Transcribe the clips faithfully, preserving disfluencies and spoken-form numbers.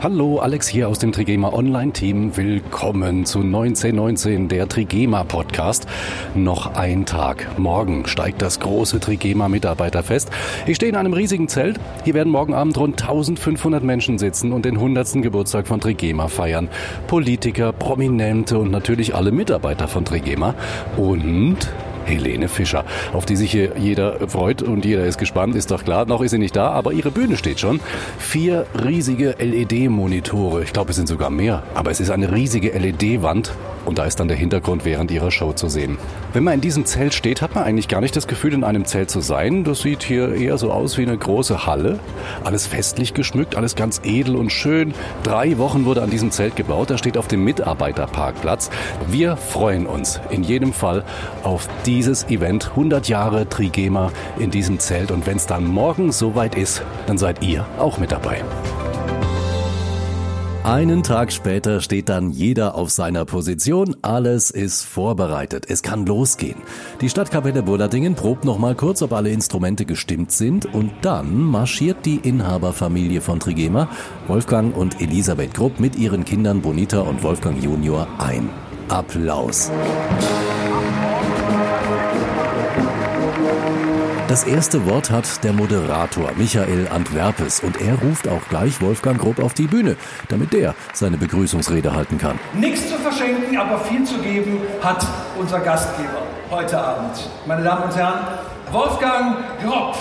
Hallo, Alex hier aus dem Trigema Online-Team. Willkommen zu neunzehn neunzehn, der Trigema-Podcast. Noch ein Tag. Morgen steigt das große Trigema-Mitarbeiterfest. Ich stehe in einem riesigen Zelt. Hier werden morgen Abend rund eintausendfünfhundert Menschen sitzen und den hundertsten Geburtstag von Trigema feiern. Politiker, Prominente und natürlich alle Mitarbeiter von Trigema. Und Helene Fischer, auf die sich hier jeder freut und jeder ist gespannt, ist doch klar. Noch ist sie nicht da, aber ihre Bühne steht schon. Vier riesige L E D-Monitore, ich glaube es sind sogar mehr, aber es ist eine riesige L E D-Wand und da ist dann der Hintergrund während ihrer Show zu sehen. Wenn man in diesem Zelt steht, hat man eigentlich gar nicht das Gefühl, in einem Zelt zu sein. Das sieht hier eher so aus wie eine große Halle. Alles festlich geschmückt, alles ganz edel und schön. Drei Wochen wurde an diesem Zelt gebaut, das steht auf dem Mitarbeiterparkplatz. Wir freuen uns in jedem Fall auf dieses Event, hundert Jahre Trigema in diesem Zelt. Und wenn es dann morgen soweit ist, dann seid ihr auch mit dabei. Einen Tag später steht dann jeder auf seiner Position. Alles ist vorbereitet. Es kann losgehen. Die Stadtkapelle Bulladingen probt noch mal kurz, ob alle Instrumente gestimmt sind. Und dann marschiert die Inhaberfamilie von Trigema, Wolfgang und Elisabeth Grupp, mit ihren Kindern Bonita und Wolfgang Junior ein. Applaus. Das erste Wort hat der Moderator Michael Antwerpes und er ruft auch gleich Wolfgang Grupp auf die Bühne, damit der seine Begrüßungsrede halten kann. Nichts zu verschenken, aber viel zu geben hat unser Gastgeber heute Abend. Meine Damen und Herren, Wolfgang Grupp.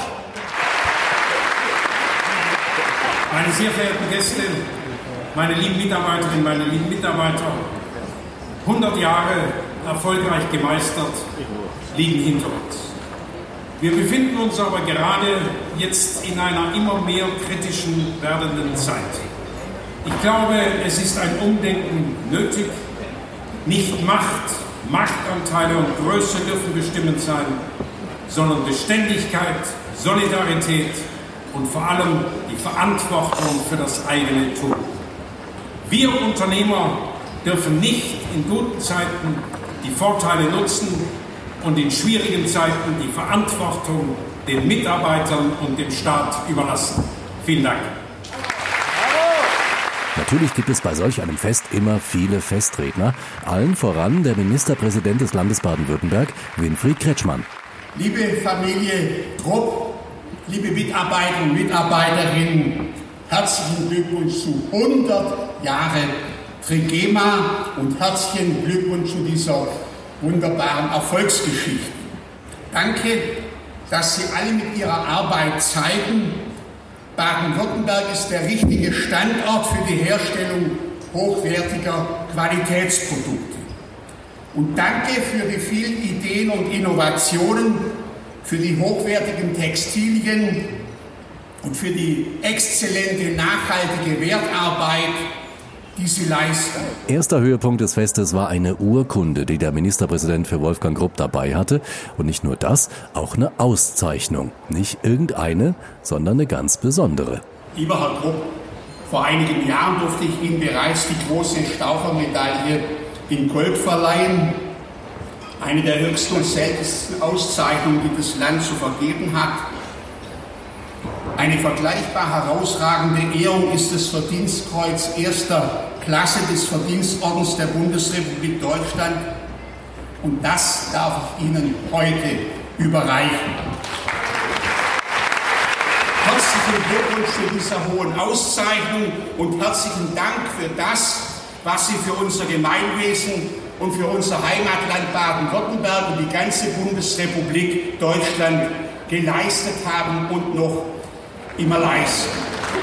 Meine sehr verehrten Gäste, meine lieben Mitarbeiterinnen, meine lieben Mitarbeiter, hundert Jahre erfolgreich gemeistert liegen hinter uns. Wir befinden uns aber gerade jetzt in einer immer mehr kritischen werdenden Zeit. Ich glaube, es ist ein Umdenken nötig. Nicht Macht, Machtanteile und Größe dürfen bestimmend sein, sondern Beständigkeit, Solidarität und vor allem die Verantwortung für das eigene Tun. Wir Unternehmer dürfen nicht in guten Zeiten die Vorteile nutzen und in schwierigen Zeiten die Verantwortung den Mitarbeitern und dem Staat überlassen. Vielen Dank. Natürlich gibt es bei solch einem Fest immer viele Festredner, allen voran der Ministerpräsident des Landes Baden-Württemberg, Winfried Kretschmann. Liebe Familie Grupp, liebe Mitarbeiter und Mitarbeiterinnen, herzlichen Glückwunsch zu hundert Jahre Trigema und herzlichen Glückwunsch zu dieser wunderbaren Erfolgsgeschichte. Danke, dass Sie alle mit Ihrer Arbeit zeigen, Baden-Württemberg ist der richtige Standort für die Herstellung hochwertiger Qualitätsprodukte. Und danke für die vielen Ideen und Innovationen, für die hochwertigen Textilien und für die exzellente, nachhaltige Wertarbeit, die sie leisten. Erster Höhepunkt des Festes war eine Urkunde, die der Ministerpräsident für Wolfgang Grupp dabei hatte. Und nicht nur das, auch eine Auszeichnung. Nicht irgendeine, sondern eine ganz besondere. Lieber Herr Grupp, vor einigen Jahren durfte ich Ihnen bereits die große Staufer-Medaille in Gold verleihen. Eine der höchsten und seltensten Auszeichnungen, die das Land zu vergeben hat. Eine vergleichbar herausragende Ehrung ist das Verdienstkreuz erster Klasse des Verdienstordens der Bundesrepublik Deutschland. Und das darf ich Ihnen heute überreichen. Herzlichen Glückwunsch zu dieser hohen Auszeichnung und herzlichen Dank für das, was Sie für unser Gemeinwesen und für unser Heimatland Baden-Württemberg und die ganze Bundesrepublik Deutschland geleistet haben und noch immer leisten.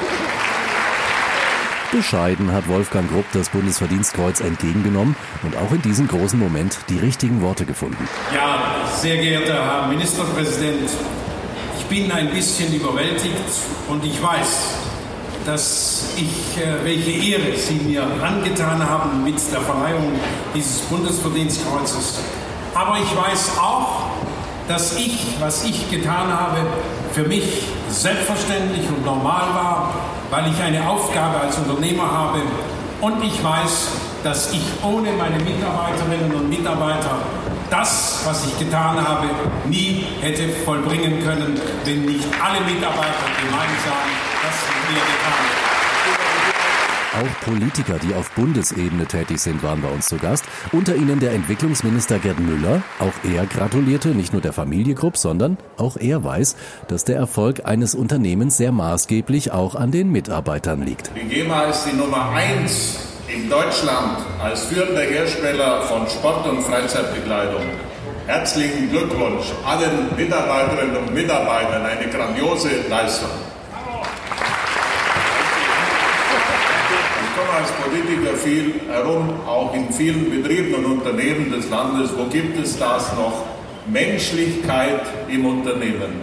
Bescheiden hat Wolfgang Grupp das Bundesverdienstkreuz entgegengenommen und auch in diesem großen Moment die richtigen Worte gefunden. Ja, sehr geehrter Herr Ministerpräsident, ich bin ein bisschen überwältigt und ich weiß, dass ich, äh, welche Ehre Sie mir angetan haben mit der Verleihung dieses Bundesverdienstkreuzes. Aber ich weiß auch, dass ich, was ich getan habe, für mich selbstverständlich und normal war, weil ich eine Aufgabe als Unternehmer habe. Und ich weiß, dass ich ohne meine Mitarbeiterinnen und Mitarbeiter das, was ich getan habe, nie hätte vollbringen können, wenn nicht alle Mitarbeiter gemeinsam das mit mir getan haben. Auch Politiker, die auf Bundesebene tätig sind, waren bei uns zu Gast. Unter ihnen der Entwicklungsminister Gerd Müller. Auch er gratulierte nicht nur der Familie Krupp, sondern auch er weiß, dass der Erfolg eines Unternehmens sehr maßgeblich auch an den Mitarbeitern liegt. Trigema ist die Nummer eins in Deutschland als führender Hersteller von Sport- und Freizeitbekleidung. Herzlichen Glückwunsch allen Mitarbeiterinnen und Mitarbeitern, eine grandiose Leistung. Ich komme als Politiker viel herum, auch in vielen Betrieben und Unternehmen des Landes. Wo gibt es das noch? Menschlichkeit im Unternehmen.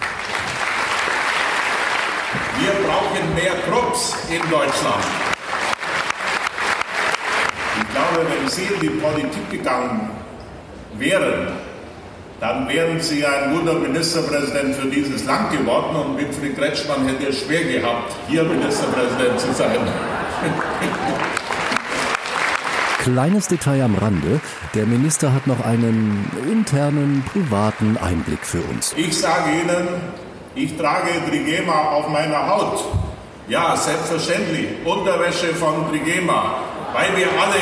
Wir brauchen mehr Krupps in Deutschland. Ich glaube, wenn Sie in die Politik gegangen wären, dann wären Sie ein guter Ministerpräsident für dieses Land geworden und Winfried Kretschmann hätte es schwer gehabt, hier Ministerpräsident zu sein. Kleines Detail am Rande, der Minister hat noch einen internen, privaten Einblick für uns. Ich sage Ihnen, ich trage Trigema auf meiner Haut. Ja, selbstverständlich, Unterwäsche von Trigema, weil wir alle...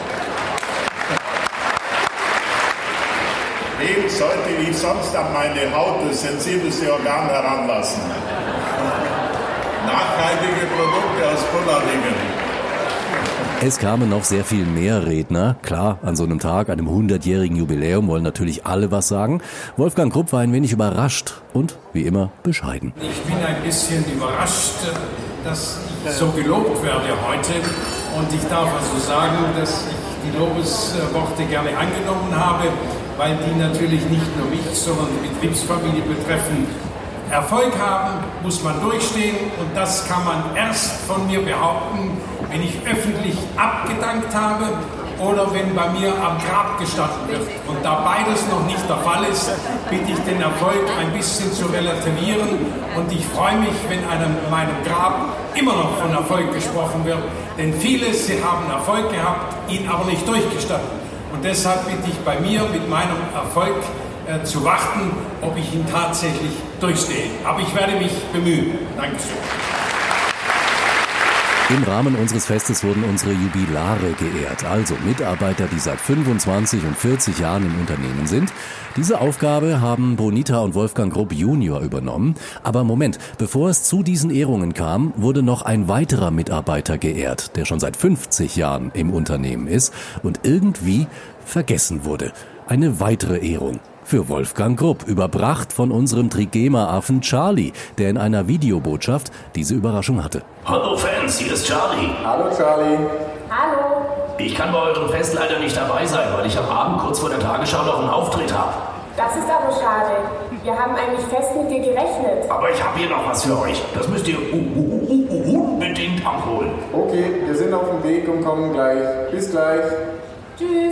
Wem sollte ich sonst an meine Haut das sensibelste Organ heranlassen? Nachhaltige Produkte aus Pullerdingen. Es kamen noch sehr viel mehr Redner. Klar, an so einem Tag, einem hundertjährigen Jubiläum, wollen natürlich alle was sagen. Wolfgang Krupp war ein wenig überrascht und, wie immer, bescheiden. Ich bin ein bisschen überrascht, dass ich so gelobt werde heute. Und ich darf also sagen, dass ich die Lobesworte gerne angenommen habe, weil die natürlich nicht nur mich, sondern die Betriebsfamilie betreffen. Erfolg haben muss man durchstehen und das kann man erst von mir behaupten, wenn ich öffentlich abgedankt habe oder wenn bei mir am Grab gestanden wird. Und da beides noch nicht der Fall ist, bitte ich den Erfolg ein bisschen zu relativieren und ich freue mich, wenn an meinem Grab immer noch von Erfolg gesprochen wird, denn viele, sie haben Erfolg gehabt, ihn aber nicht durchgestanden. Und deshalb bitte ich bei mir mit meinem Erfolg äh, zu warten, ob ich ihn tatsächlich durchstehe. Aber ich werde mich bemühen. Dankeschön. Im Rahmen unseres Festes wurden unsere Jubilare geehrt, also Mitarbeiter, die seit fünfundzwanzig und vierzig Jahren im Unternehmen sind. Diese Aufgabe haben Bonita und Wolfgang Krupp Junior übernommen. Aber Moment, bevor es zu diesen Ehrungen kam, wurde noch ein weiterer Mitarbeiter geehrt, der schon seit fünfzig Jahren im Unternehmen ist und irgendwie vergessen wurde. Eine weitere Ehrung für Wolfgang Krupp, überbracht von unserem Trigema-Affen Charlie, der in einer Videobotschaft diese Überraschung hatte. Hallo Fans, hier ist Charlie. Hallo Charlie. Hallo. Ich kann bei eurem Fest leider nicht dabei sein, weil ich am Abend kurz vor der Tagesschau noch einen Auftritt habe. Das ist aber schade. Wir haben eigentlich fest mit dir gerechnet. Aber ich habe hier noch was für euch. Das müsst ihr unbedingt abholen. Okay, wir sind auf dem Weg und kommen gleich. Bis gleich. Tschüss.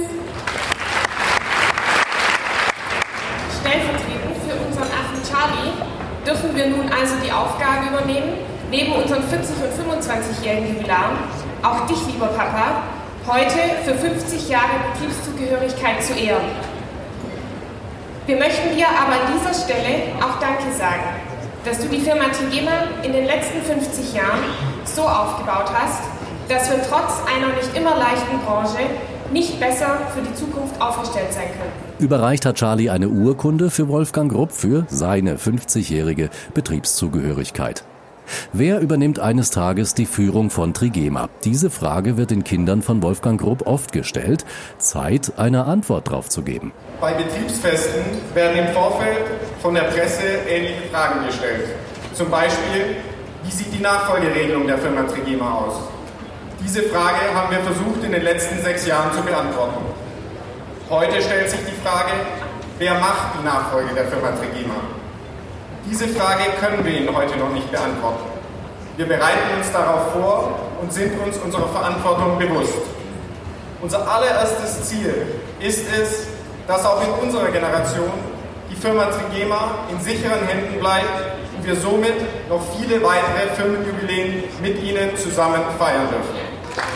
Stellvertretend für unseren Affen Charlie dürfen wir nun also die Aufgabe übernehmen, neben unseren vierzig- und fünfundzwanzigjährigen Jubilaren auch dich, lieber Papa, heute für fünfzig Jahre Betriebszugehörigkeit zu ehren. Wir möchten dir aber an dieser Stelle auch Danke sagen, dass du die Firma Trigema in den letzten fünfzig Jahren so aufgebaut hast, dass wir trotz einer nicht immer leichten Branche nicht besser für die Zukunft aufgestellt sein können. Überreicht hat Charlie eine Urkunde für Wolfgang Krupp für seine fünfzigjährige Betriebszugehörigkeit. Wer übernimmt eines Tages die Führung von Trigema? Diese Frage wird den Kindern von Wolfgang Krupp oft gestellt. Zeit, eine Antwort drauf zu geben. Bei Betriebsfesten werden im Vorfeld von der Presse ähnliche Fragen gestellt. Zum Beispiel, wie sieht die Nachfolgeregelung der Firma Trigema aus? Diese Frage haben wir versucht, in den letzten sechs Jahren zu beantworten. Heute stellt sich die Frage, wer macht die Nachfolge der Firma Trigema? Diese Frage können wir Ihnen heute noch nicht beantworten. Wir bereiten uns darauf vor und sind uns unserer Verantwortung bewusst. Unser allererstes Ziel ist es, dass auch in unserer Generation die Firma Trigema in sicheren Händen bleibt und wir somit noch viele weitere Firmenjubiläen mit Ihnen zusammen feiern dürfen.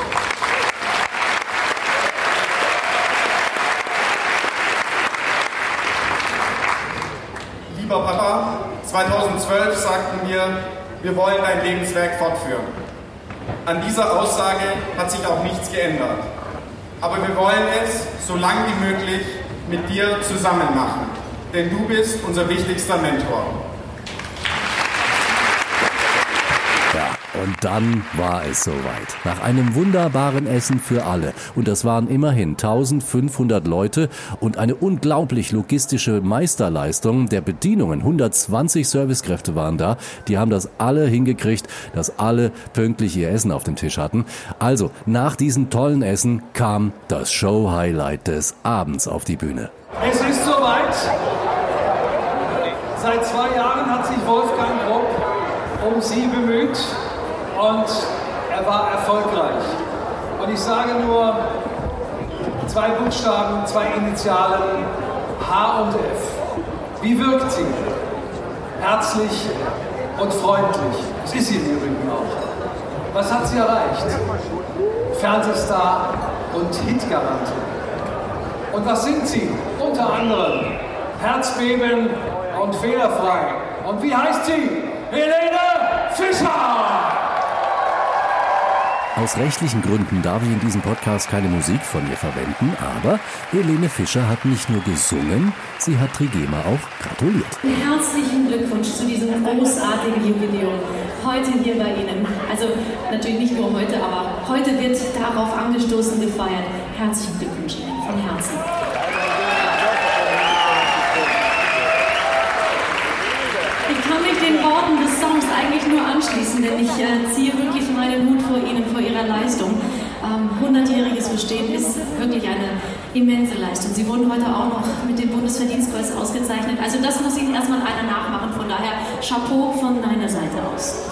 Lieber Papa, zweitausendzwölf sagten wir, wir wollen dein Lebenswerk fortführen. An dieser Aussage hat sich auch nichts geändert. Aber wir wollen es so lang wie möglich mit dir zusammen machen, denn du bist unser wichtigster Mentor. Ja, und dann war es soweit. Nach einem wunderbaren Essen für alle. Und das waren immerhin eintausendfünfhundert Leute und eine unglaublich logistische Meisterleistung der Bedienungen. hundertzwanzig Servicekräfte waren da. Die haben das alle hingekriegt, dass alle pünktlich ihr Essen auf dem Tisch hatten. Also, nach diesem tollen Essen kam das Show-Highlight des Abends auf die Bühne. Es ist soweit. Seit zwei Jahren hat sich Wolfgang Grupp um Sie bemüht und er war erfolgreich. Und ich sage nur zwei Buchstaben, zwei Initialen, H und F. Wie wirkt sie? Herzlich und freundlich. Das ist sie im Übrigen auch. Was hat sie erreicht? Fernsehstar und Hitgarantie. Und was sind sie? Unter anderem Herzbeben und fehlerfrei. Und wie heißt sie? Helene Fischer! Aus rechtlichen Gründen darf ich in diesem Podcast keine Musik von ihr verwenden, aber Helene Fischer hat nicht nur gesungen, sie hat Trigema auch gratuliert. Herzlichen Glückwunsch zu diesem großartigen Jubiläum. Heute hier bei Ihnen. Also natürlich nicht nur heute, aber heute wird darauf angestoßen gefeiert. Herzlichen Glückwunsch Ihnen von Herzen. Ich kann mich den Worten des Songs eigentlich nur anschließen, denn ich äh, ziehe wirklich meinen Hut vor Ihnen, vor Ihrer Leistung. Ähm, hundertjähriges Bestehen ist wirklich eine immense Leistung. Sie wurden heute auch noch mit dem Bundesverdienstkreuz ausgezeichnet. Also das muss Ihnen erstmal einer nachmachen. Von daher Chapeau von meiner Seite aus.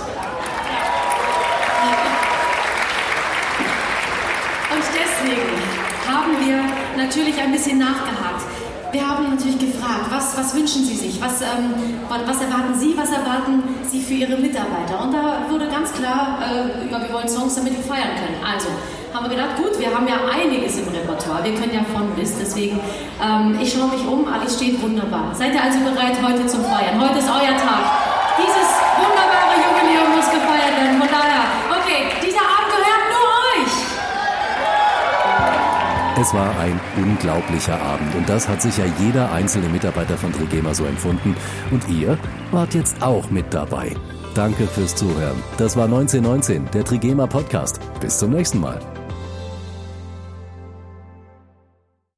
Und deswegen haben wir natürlich ein bisschen nachgehakt. Wir haben natürlich gefragt, was, was wünschen Sie sich, was, ähm, was erwarten Sie, was erwarten Sie für Ihre Mitarbeiter? Und da wurde ganz klar, äh, ja, wir wollen Songs, damit wir feiern können. Also haben wir gedacht, gut, wir haben ja einiges im Repertoire, wir können ja von bis, deswegen, ähm, ich schaue mich um, alles steht wunderbar. Seid ihr also bereit heute zum Feiern? Heute ist euer Tag. Dieses wunderbare Jubiläum muss gefeiert werden, von daher, okay, dieser Abend gehört nur euch. Es war ein unglaublicher Abend und das hat sicher jeder einzelne Mitarbeiter von Trigema so empfunden. Und ihr wart jetzt auch mit dabei. Danke fürs Zuhören. Das war neunzehn neunzehn, der Trigema Podcast. Bis zum nächsten Mal.